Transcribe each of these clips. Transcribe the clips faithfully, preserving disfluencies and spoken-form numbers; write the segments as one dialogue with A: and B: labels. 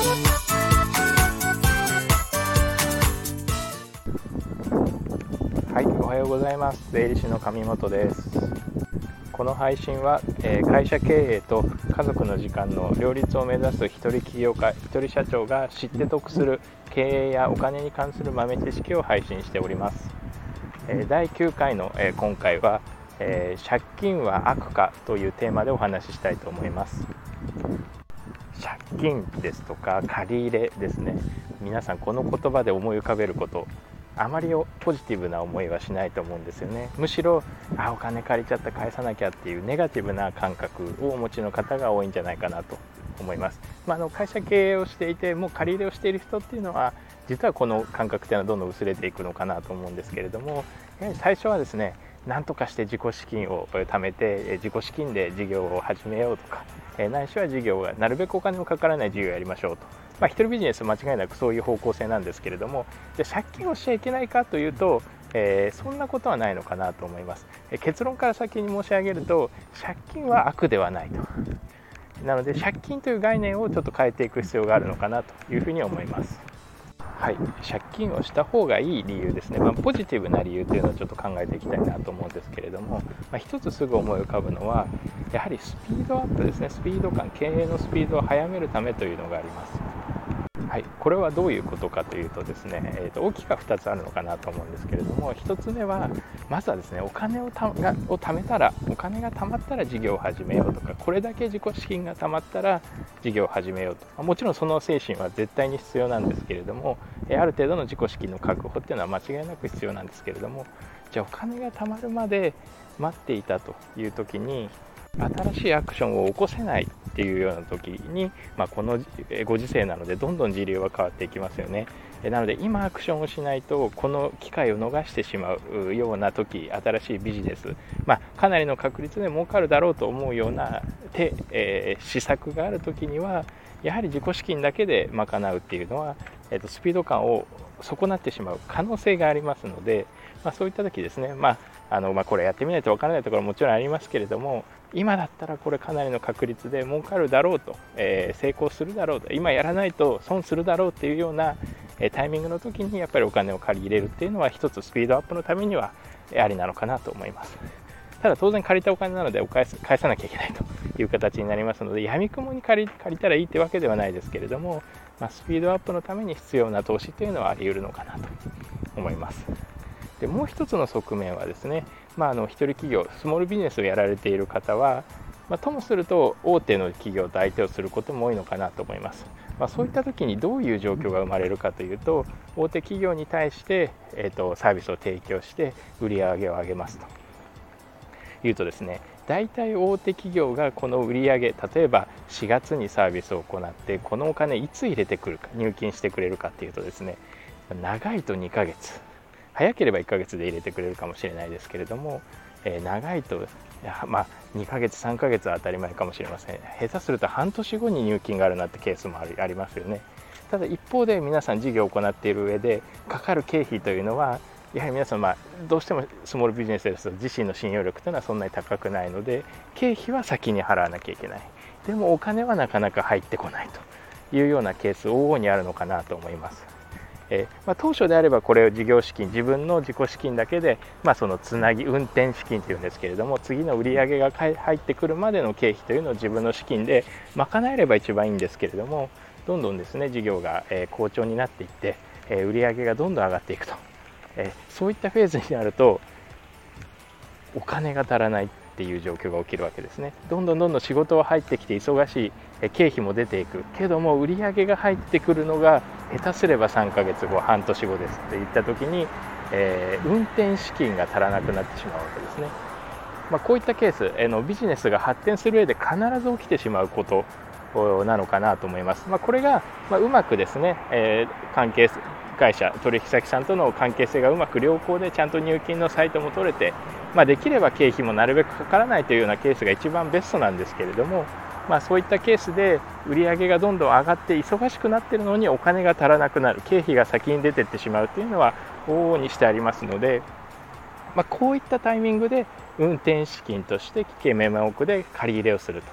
A: はい、おはようございます。税理士の上本です。この配信は、えー、会社経営と家族の時間の両立を目指す一人起業家、一人社長が知って得する経営やお金に関する豆知識を配信しております。えー、だいきゅうかいの、えー、今回は、えー、借金は悪かというテーマでお話ししたいと思います。借金ですとか借り入れですね。皆さんこの言葉で思い浮かべることあまりポジティブな思いはしないと思うんですよね。むしろあお金借りちゃった返さなきゃっていうネガティブな感覚をお持ちの方が多いんじゃないかなと思います。まあ、あの会社経営をしていてもう借り入れをしている人っていうのは実はこの感覚っていうのはどんどん薄れていくのかなと思うんですけれども、やはり最初はですね何とかして自己資金を貯めて自己資金で事業を始めようとか、ないしは事業がなるべくお金のかからない事業をやりましょうと、まあ、一人ビジネス間違いなくそういう方向性なんですけれども、で借金をしちゃいけないかというと、えー、そんなことはないのかなと思います。結論から先に申し上げると借金は悪ではないと。なので借金という概念をちょっと変えていく必要があるのかなというふうに思います。はい、借金をした方がいい理由ですね、まあ、ポジティブな理由というのをちょっと考えていきたいなと思うんですけれども、まあ、一つすぐ思い浮かぶのはやはりスピードアップですね。スピード感、経営のスピードを速めるためというのがあります。はい、これはどういうことかというとですね、えー、と大きくふたつあるのかなと思うんですけれども、ひとつめはまずはですねお金をたがを貯めたらお金が貯まったら事業を始めようとか、これだけ自己資金が貯まったら事業を始めようと、もちろんその精神は絶対に必要なんですけれども、ある程度の自己資金の確保っていうのは間違いなく必要なんですけれども、じゃあお金が貯まるまで待っていたという時に新しいアクションを起こせないっていうような時に、まあ、このご時世なのでどんどん時流は変わっていきますよね。なので今アクションをしないとこの機会を逃してしまうような時、新しいビジネス、まあ、かなりの確率で儲かるだろうと思うような手、えー、施策がある時にはやはり自己資金だけで賄うっていうのは、えーと、スピード感を損なってしまう可能性がありますので、まあ、そういった時ですね、まああのまあ、これやってみないと分からないところももちろんありますけれども、今だったらこれかなりの確率で儲かるだろうと、えー、成功するだろうと、今やらないと損するだろうっていうような、えー、タイミングの時にやっぱりお金を借り入れるっていうのは一つスピードアップのためにはありなのかなと思います。ただ当然借りたお金なのでお返す返さなきゃいけないという形になりますので、闇雲に借り、借りたらいいってわけではないですけれども、まあ、スピードアップのために必要な投資というのはあり得るのかなと思います。でもう一つの側面はですね、まあ、あの一人企業スモールビジネスをやられている方は、まあ、ともすると大手の企業と相手をすることも多いのかなと思います。まあ、そういった時にどういう状況が生まれるかというと、大手企業に対して、えーと、サービスを提供して売り上げを上げますというとですね、大体大手企業がこの売り上げ、例えばしがつにサービスを行ってこのお金いつ入れてくるか、入金してくれるかというとですね、長いとにかげつ、早ければいっかげつで入れてくれるかもしれないですけれども、えー、長いとまあ、にかげつさんかげつは当たり前かもしれません。下手すると半年後に入金があるなってケースもあり、ありますよね。ただ一方で皆さん事業を行っている上でかかる経費というのはやはり皆さん、まあ、どうしてもスモールビジネスですと自身の信用力というのはそんなに高くないので、経費は先に払わなきゃいけない。でもお金はなかなか入ってこないというようなケース往々にあるのかなと思います。えーまあ、当初であればこれを事業資金、自分の自己資金だけで、まあ、そのつなぎ運転資金というんですけれども、次の売り上げが入ってくるまでの経費というのを自分の資金で賄えれば一番いいんですけれども、どんどんですね事業が、えー、好調になっていって、えー、売り上げがどんどん上がっていくと、えー、そういったフェーズになるとお金が足らないっていう状況が起きるわけですね。どんどんどんどん仕事は入ってきて忙しい、え経費も出ていくけども売り上げが入ってくるのが下手すればさんかげつご、半年後ですっていった時に、えー、運転資金が足らなくなってしまうわけですね。まあ、こういったケース、えー、のビジネスが発展する上で必ず起きてしまうことなのかなと思います。まあ、これが、まあ、うまくですね、えー、関係会社、取引先さんとの関係性がうまく良好でちゃんと入金のサイトも取れて、まあ、できれば経費もなるべくかからないというようなケースが一番ベストなんですけれども、まあ、そういったケースで売り上げがどんどん上がって忙しくなっているのにお金が足らなくなる、経費が先に出ていってしまうというのは往々にしてありますので、まあ、こういったタイミングで運転資金として危険名目で借り入れをする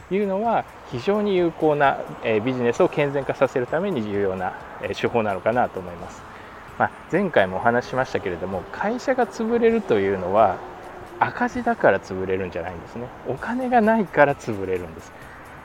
A: いうのは非常に有効な、えー、ビジネスを健全化させるために重要な、えー、手法なのかなと思います。まあ、前回もお話ししましたけれども、会社が潰れるというのは赤字だから潰れるんじゃないんですね。お金がないから潰れるんです。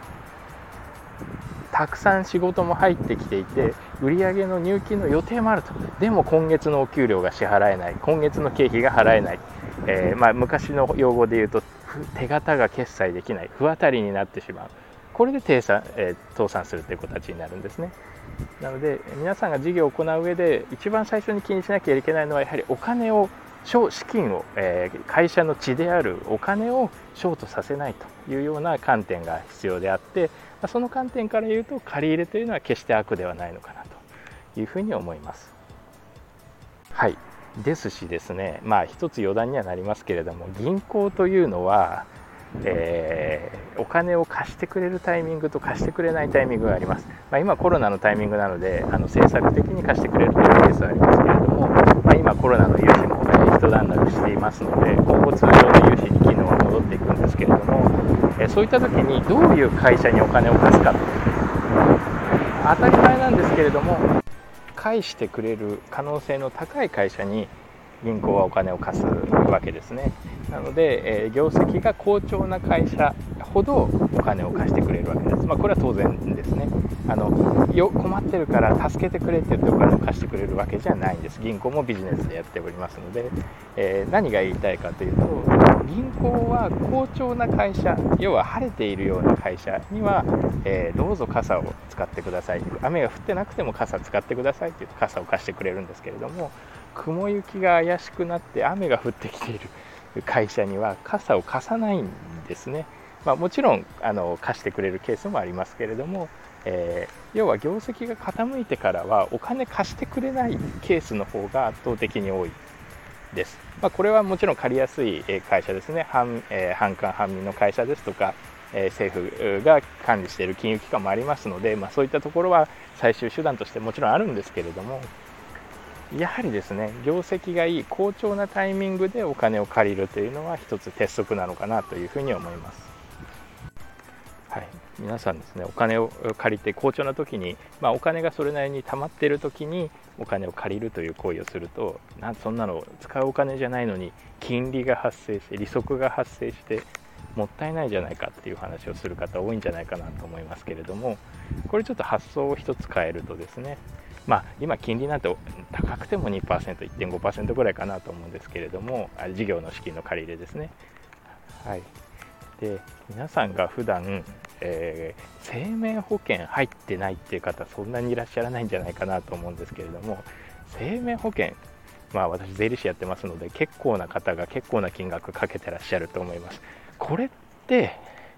A: たくさん仕事も入ってきていて、売上の入金の予定もあると。でも今月のお給料が支払えない、今月の経費が払えない、えーまあ、昔の用語で言うと手形が決済できない、不当たりになってしまう。これで倒産、えー、倒産するという形になるんですね。なので皆さんが事業を行う上で一番最初に気にしなきゃいけないのは、やはりお金を資金を、えー、会社の血であるお金をショートさせないというような観点が必要であって、その観点から言うと借り入れというのは決して悪ではないのかなというふうに思います。はい、ですしですね、まあ一つ余談にはなりますけれども、銀行というのは、えー、お金を貸してくれるタイミングと貸してくれないタイミングがあります。まあ、今コロナのタイミングなのであの政策的に貸してくれるというケースはありますけれども、まあ、今コロナの融資も一段落していますので、今後通常の融資に機能は戻っていくんですけれども、えー、そういった時にどういう会社にお金を貸すか、当たり前なんですけれども、返してくれる可能性の高い会社に銀行はお金を貸すわけですね。なので、えー、業績が好調な会社ほどお金を貸してくれるわけです。まあ、これは当然ですね。あのよ困ってるから助けてくれって言ってお金を貸してくれるわけじゃないんです。銀行もビジネスでやっておりますので、えー、何が言いたいかというと、銀行は好調な会社、要は晴れているような会社には、えー、どうぞ傘を使ってください、雨が降ってなくても傘使ってくださいって言って傘を貸してくれるんですけれども、雲行きが怪しくなって雨が降ってきている会社には傘を貸さないんですね。まあ、もちろんあの貸してくれるケースもありますけれども、えー、要は業績が傾いてからはお金貸してくれないケースの方が圧倒的に多いです。まあ、これはもちろん借りやすい会社ですね。半、えー、半官半民の会社ですとか、えー、政府が管理している金融機関もありますので、まあ、そういったところは最終手段としてもちろんあるんですけれども、やはりですね、業績がいい好調なタイミングでお金を借りるというのは一つ鉄則なのかなというふうに思います。はい、皆さんですね、お金を借りて好調な時に、まあ、お金がそれなりに溜まっている時にお金を借りるという行為をすると、なんそんなの使うお金じゃないのに金利が発生して利息が発生してもったいないじゃないかっていう話をする方多いんじゃないかなと思いますけれども、これちょっと発想を一つ変えるとですね、まあ、今金利なんて高くても にパーセント、いってんごパーセント ぐらいかなと思うんですけれども、事業の資金の借り入れですね。はい、で皆さんが普段、えー、生命保険入ってないっていう方そんなにいらっしゃらないんじゃないかなと思うんですけれども、生命保険、まあ、私税理士やってますので結構な方が結構な金額かけてらっしゃると思います。これって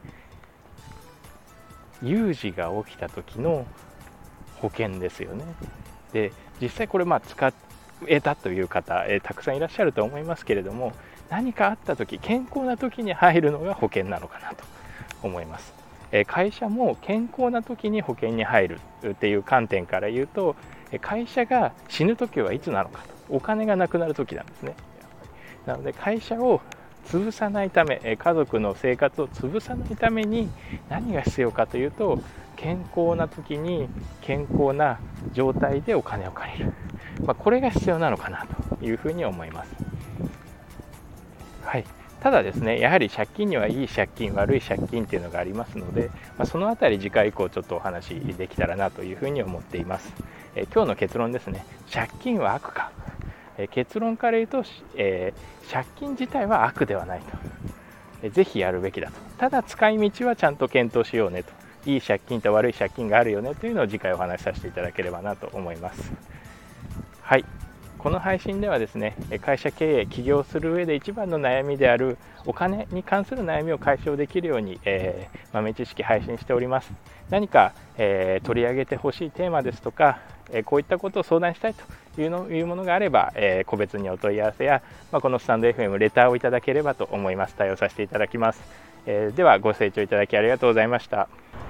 A: 有事が起きた時の保険ですよね。で実際これまあ使えたという方、えー、たくさんいらっしゃると思いますけれども、何かあった時、健康な時に入るのが保険なのかなと思います。えー、会社も健康な時に保険に入るっていう観点から言うと、会社が死ぬ時はいつなのかと、お金がなくなる時なんですね。なので会社を潰さないため、家族の生活を潰さないために何が必要かというと、健康な時に健康な状態でお金を借りる、まあ、これが必要なのかなというふうに思います。はい、ただですね、やはり借金にはいい借金、悪い借金というのがありますので、まあ、そのあたり次回以降ちょっとお話できたらなというふうに思っています。え今日の結論ですね、借金は悪か、え結論から言うと、えー、借金自体は悪ではないと、えぜひやるべきだと。ただ使い道はちゃんと検討しようねと、いい借金と悪い借金があるよねというのを次回お話しさせていただければなと思います。はい、この配信ではですね、会社経営、起業する上で一番の悩みであるお金に関する悩みを解消できるように、えー、豆知識配信しております。何か、えー、取り上げてほしいテーマですとか、えー、こういったことを相談したいというのいうものがあれば、えー、個別にお問い合わせや、まあ、このスタンド エフエム レターをいただければと思います。対応させていただきます。えー、ではご清聴いただきありがとうございました。